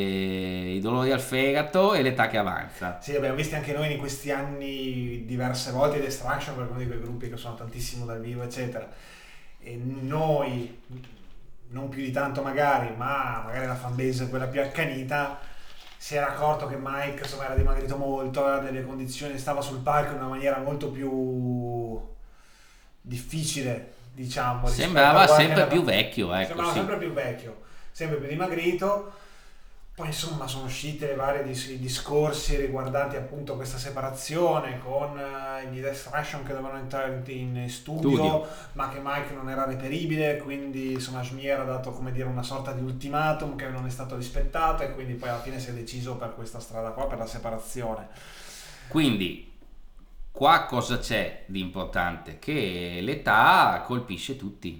i dolori al fegato e l'età che avanza. Sì, abbiamo visto anche noi in questi anni diverse volte Destruction, per uno di quei gruppi che sono tantissimo dal vivo eccetera. E noi, non più di tanto magari, ma magari la fanbase quella più accanita, si era accorto che Mike insomma era dimagrito molto, aveva delle condizioni, stava sul palco in una maniera molto più difficile, diciamo. Sembrava rispetto a sempre qualche- più vecchio, ecco, Sembrava sì. sempre più vecchio, sempre più dimagrito. Poi insomma sono uscite le varie discorsi riguardanti appunto questa separazione con gli Destruction che dovevano entrare in studio, ma che Mike non era reperibile, quindi insomma Schmier ha dato, come dire, una sorta di ultimatum che non è stato rispettato, e quindi poi alla fine si è deciso per questa strada qua, per la separazione. Quindi qua cosa c'è di importante? Che l'età colpisce tutti,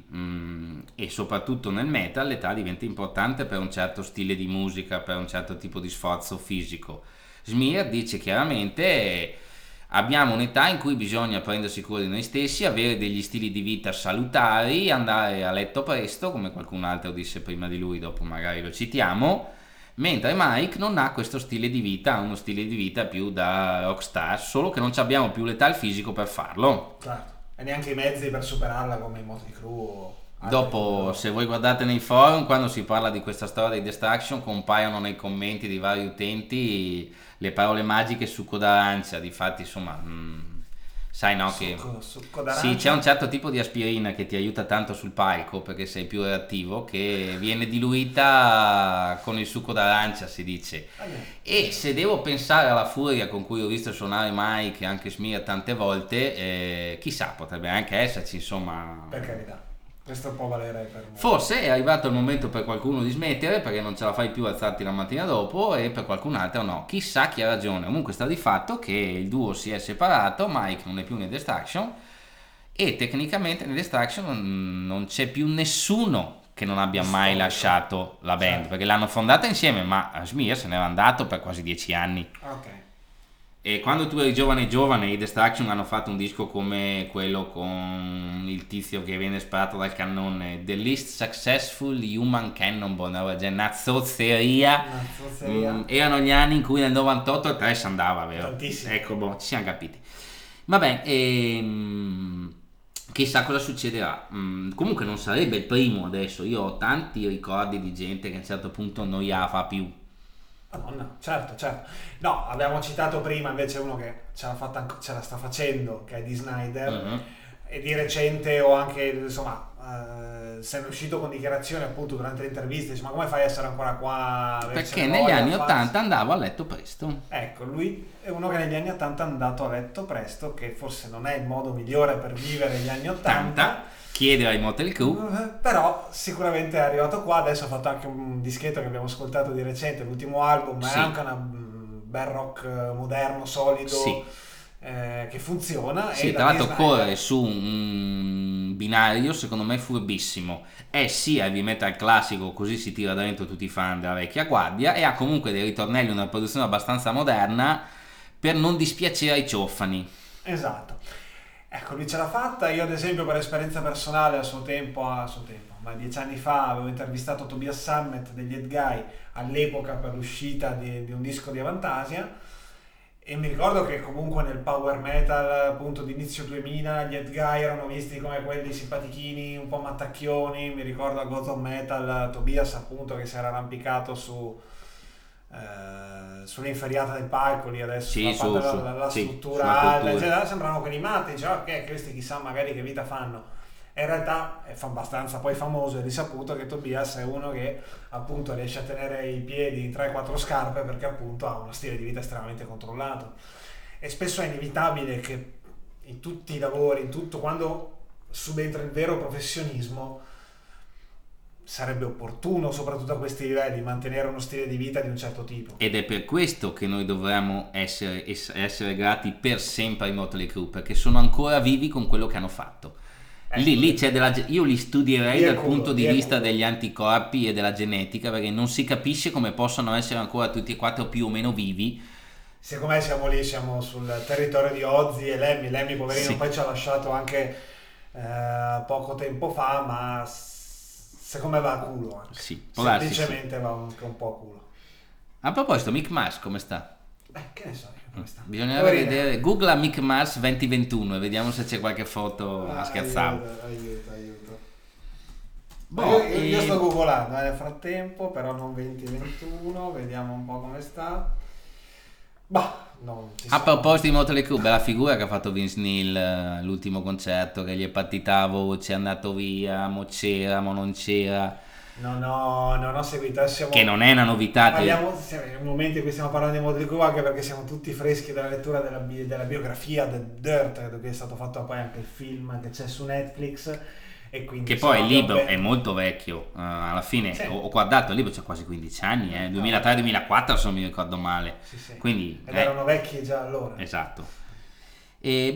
e soprattutto nel metal l'età diventa importante per un certo stile di musica, per un certo tipo di sforzo fisico. Smear dice chiaramente: abbiamo un'età in cui bisogna prendersi cura di noi stessi, avere degli stili di vita salutari, andare a letto presto, come qualcun altro disse prima di lui, dopo magari lo citiamo. Mentre Mike non ha questo stile di vita, ha uno stile di vita più da rockstar, solo che non abbiamo più l'età e il fisico per farlo. Certo. E neanche i mezzi per superarla come i Motley Crue o altri Dopo, gruppi. se voi guardate nei forum, quando si parla di questa storia dei Destruction, compaiono nei commenti di vari utenti le parole magiche succo d'arancia. Difatti, insomma, sai, no, che Succo d'arancia. sì, c'è un certo tipo di aspirina che ti aiuta tanto sul palco perché sei più reattivo, che viene diluita con il succo d'arancia, si dice. E se devo pensare alla furia con cui ho visto suonare Mike e anche Smear tante volte, chissà, potrebbe anche esserci, insomma. Per carità, questo può valere per me. Forse è arrivato il momento per qualcuno di smettere perché non ce la fai più alzarti la mattina dopo, e per qualcun altro no. Chissà chi ha ragione. Comunque sta di fatto che il duo si è separato, Mike non è più nei Destruction, e tecnicamente nei Destruction non c'è più nessuno che non abbia mai lasciato la band, Certo. perché l'hanno fondata insieme, ma Smear se n'era andato per quasi 10 anni. Ok. E quando tu eri giovane, i Destruction hanno fatto un disco come quello con il tizio che viene sparato dal cannone, The Least Successful Human Cannonball, una zozzeria. Una zozzeria. Erano gli anni in cui nel 98 il trash andava, vero? Tantissimo. Ecco, boh, ci siamo capiti. Vabbè, chissà cosa succederà. Comunque non sarebbe il primo adesso. Io ho tanti ricordi di gente che a un certo punto non gliela fa più. Madonna, certo. No, abbiamo citato prima invece uno che ce la sta facendo, che è Dee Snider, Mhm. e di recente ho anche, insomma, se ne è uscito con dichiarazioni appunto durante le interviste, insomma, come fai a essere ancora qua? Perché negli anni 80 andavo a letto presto. Ecco, lui è uno che negli anni 80 è andato a letto presto, che forse non è il modo migliore per vivere gli anni 80. Chiedere ai Motley Crue. Però sicuramente è arrivato qua. Adesso ha fatto anche un dischetto che abbiamo ascoltato di recente, l'ultimo album, Sì. è anche un bel rock moderno, solido, Sì. che funziona. Sì, e tra da l'altro Dee Snider- corre su un binario secondo me furbissimo. È sia heavy metal classico, così si tira dentro tutti i fan della vecchia guardia, e ha comunque dei ritornelli, una produzione abbastanza moderna per non dispiacere ai ciofani. Esatto. Ecco, lui ce l'ha fatta. Io ad esempio, per esperienza personale, a suo tempo, ma 10 anni fa, avevo intervistato Tobias Sammet degli Ed Guy all'epoca per l'uscita di un disco di Avantasia, e mi ricordo che comunque nel power metal appunto di inizio 2000 gli Ed Guy erano visti come quelli simpatichini, un po' mattacchioni. Mi ricordo a Gotham Metal Tobias appunto che si era arrampicato sull'inferiata del palco lì adesso, Sì, sulla parte la sì, struttura sulla alta, cultura. eccetera. Sembrano quelli matti, diceva che questi chissà magari che vita fanno. E in realtà è abbastanza poi famoso e risaputo che Tobias è uno che appunto riesce a tenere i piedi in 3-4 scarpe perché appunto ha uno stile di vita estremamente controllato, e spesso è inevitabile che in tutti i lavori, in tutto, quando subentra il vero professionismo, sarebbe opportuno, soprattutto a questi livelli, mantenere uno stile di vita di un certo tipo. Ed è per questo che noi dovremmo essere grati per sempre ai Motley Crue, perché sono ancora vivi con quello che hanno fatto. Lì c'è io li studierei dal punto di vista degli anticorpi e della genetica, perché non si capisce come possano essere ancora tutti e quattro più o meno vivi. Secondo me siamo lì, siamo sul territorio di Ozzy e Lemmy poverino, Sì. poi ci ha lasciato anche poco tempo fa, ma secondo me va a culo anche. Sì, può darsi, Semplicemente va anche un po' a culo. A proposito, Mick Mars come sta? Che ne so io come sta. Bisognerebbe Poverino. vedere, googla Mick Mars 2021 e vediamo se c'è qualche foto. Scherzavo. Aiuto. Boh, Io sto googolando nel frattempo, però non 2021, vediamo un po' come sta. Bah, non ci A sono. proposito di Motley Crue, bella figura che ha fatto Vince Neil, l'ultimo concerto, che gli è partita la voce, è andato via, mo c'era, mo non c'era, Non ho seguito, siamo... che non è una novità. Siamo in un momento in cui stiamo parlando di Motley Crue, anche perché siamo tutti freschi dalla lettura della biografia del Dirt, che è stato fatto poi anche il film che c'è su Netflix, e quindi Che poi il libro abbiamo è molto vecchio, alla fine Sì. ho guardato il libro, c'ha quasi 15 anni, 2003-2004 se non mi ricordo male, Sì. quindi ed erano vecchi già allora. esatto. E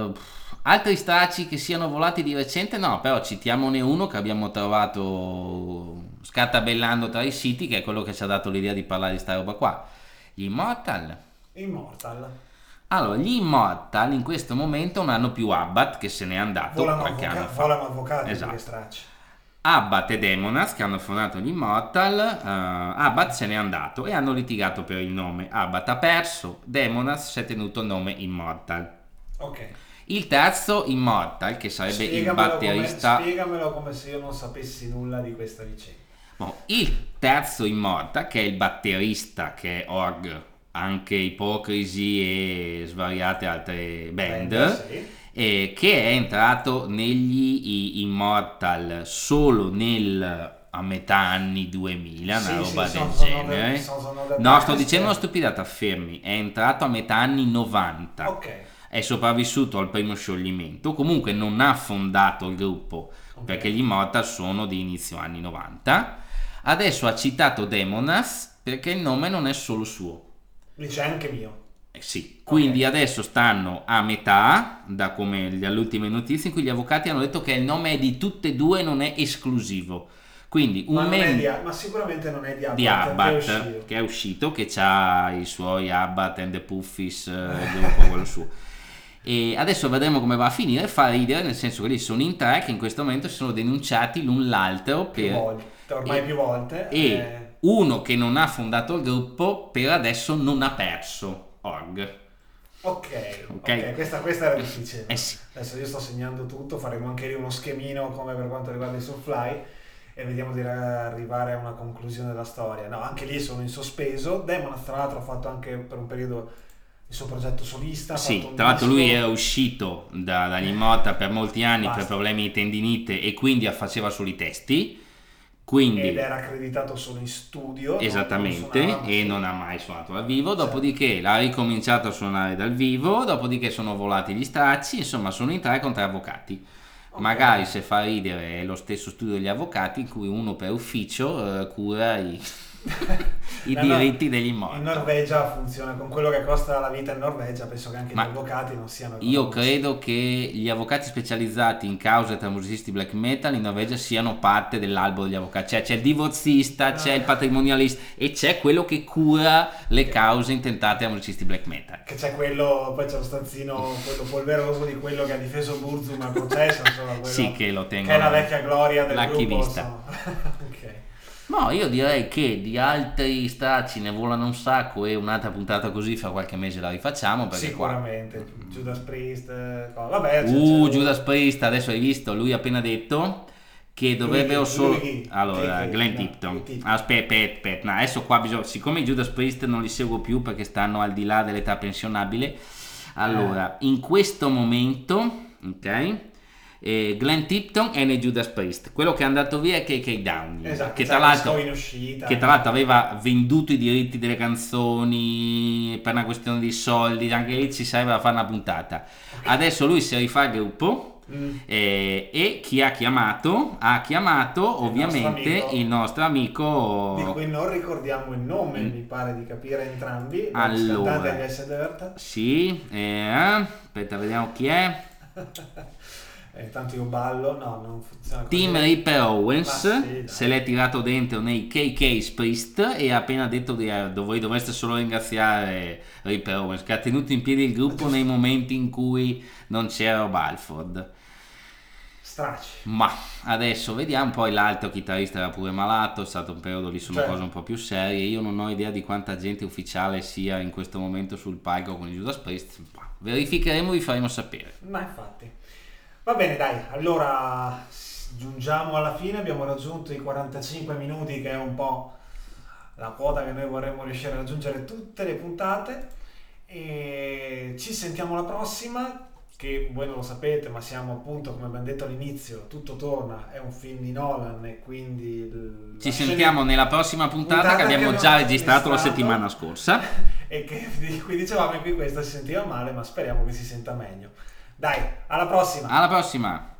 altri stracci che siano volati di recente no, però citiamone uno che abbiamo trovato scartabellando tra i siti, che è quello che ci ha dato l'idea di parlare di sta roba qua, gli Immortal. Immortal. Allora, gli Immortal in questo momento non hanno più Abbat, che se n'è andato Volano qualche anno fa. avvocati Esatto. quelle stracce. Abbat e Demonas, che hanno fondato gli Immortal, Abbat se n'è andato e hanno litigato per il nome. Abbat ha perso, Demonas si è tenuto il nome Immortal. Ok. Il terzo Immortal, che sarebbe il batterista. Spiegamelo come se io non sapessi nulla di questa vicenda. Il terzo Immortal, che è il batterista, che è Org, anche Ipocrisi e svariate altre band, Sì. che è entrato negli Immortal solo a metà anni 2000, una roba del genere. No, sto dicendo una stupidata, fermi, è entrato a metà anni 90. Ok. È sopravvissuto al primo scioglimento, comunque non ha fondato il gruppo, perché gli Immortal sono di inizio anni 90. Adesso ha citato Demonas perché il nome non è solo suo. Dice anche mio. Sì, quindi adesso stanno a metà, da come le ultime notizie, in cui gli avvocati hanno detto che il nome è di tutte e due, non è esclusivo. Quindi ma sicuramente non è di Abbat, che è uscito, che ha i suoi Abbat and the Puffies, il gruppo quello suo. E adesso vedremo come va a finire. Fa ridere, nel senso che lì sono in tre che in questo momento si sono denunciati l'un l'altro più volte. E uno che non ha fondato il gruppo per adesso non ha perso Org. Ok, questa era difficile. Sì. Adesso io sto segnando tutto, faremo anche lì uno schemino come per quanto riguarda il Soulfly e vediamo di arrivare a una conclusione della storia. No, anche lì sono in sospeso. Demonas tra l'altro ha fatto anche per un periodo il suo progetto solista. Sì, tra l'altro lui era uscito dagli Immortal per molti anni per problemi di tendinite e quindi faceva solo i testi. Ed era accreditato solo in studio. Esattamente, e non ha mai suonato dal vivo. Dopodiché l'ha ricominciato a suonare dal vivo, dopodiché sono volati gli stracci, insomma sono in tre con tre avvocati. Magari se fa ridere è lo stesso studio degli avvocati in cui uno per ufficio cura i diritti degli Immortal. In Norvegia funziona con quello che costa la vita in Norvegia, penso che anche gli avvocati non siano io credo che gli avvocati specializzati in cause tra musicisti black metal in Norvegia siano parte dell'albo degli avvocati, cioè c'è il divorzista, c'è il patrimonialista e c'è quello che cura le cause intentate a musicisti black metal, che c'è quello, poi c'è lo stanzino, quello polveroso di quello che ha difeso Burzum al processo, insomma, quello, sì, che lo tengo, che è la vecchia gloria del l'archivista. Ok. No, io direi che di altri stracci ne volano un sacco e un'altra puntata così fra qualche mese la rifacciamo, perché sicuramente Judas Priest, vabbè, Judas Priest, adesso hai visto, lui ha appena detto che dovrebbero solo Glenn Tipton. Aspetta, no, adesso qua bisogna, siccome i Judas Priest non li seguo più perché stanno al di là dell'età pensionabile, allora in questo momento, ok, Glenn Tipton è nei Judas Priest, quello che è andato via è KK Downing, esatto, che tra l'altro aveva venduto i diritti delle canzoni per una questione di soldi, anche lì ci serve da fare una puntata. Adesso lui si rifà il gruppo e chi ha chiamato? Ha chiamato ovviamente il nostro amico di cui non ricordiamo il nome, mi pare di capire entrambi, allora degli S-Dirt. Sì, aspetta, vediamo chi è. Tanto io ballo, no, non funziona così. Tim Ripper Owens se l'è tirato dentro nei KK Priest e ha appena detto voi dovreste solo ringraziare Ripper Owens che ha tenuto in piedi il gruppo nei momenti in cui non c'era Balford. Stracci. Ma adesso vediamo, poi l'altro chitarrista era pure malato, è stato un periodo lì, sono cose un po' più serie, io non ho idea di quanta gente ufficiale sia in questo momento sul palco con i Judas Priest, verificheremo, vi faremo sapere. Ma infatti. Va bene, dai, allora giungiamo alla fine, abbiamo raggiunto i 45 minuti che è un po' la quota che noi vorremmo riuscire a raggiungere tutte le puntate E ci sentiamo alla prossima, che voi non lo sapete, ma siamo appunto, come abbiamo detto all'inizio, Tutto torna, è un film di Nolan e quindi ci sentiamo nella prossima puntata che abbiamo già registrato la settimana scorsa e che di cui dicevamo che qui questa si sentiva male, ma speriamo che si senta meglio. Dai, alla prossima! Alla prossima!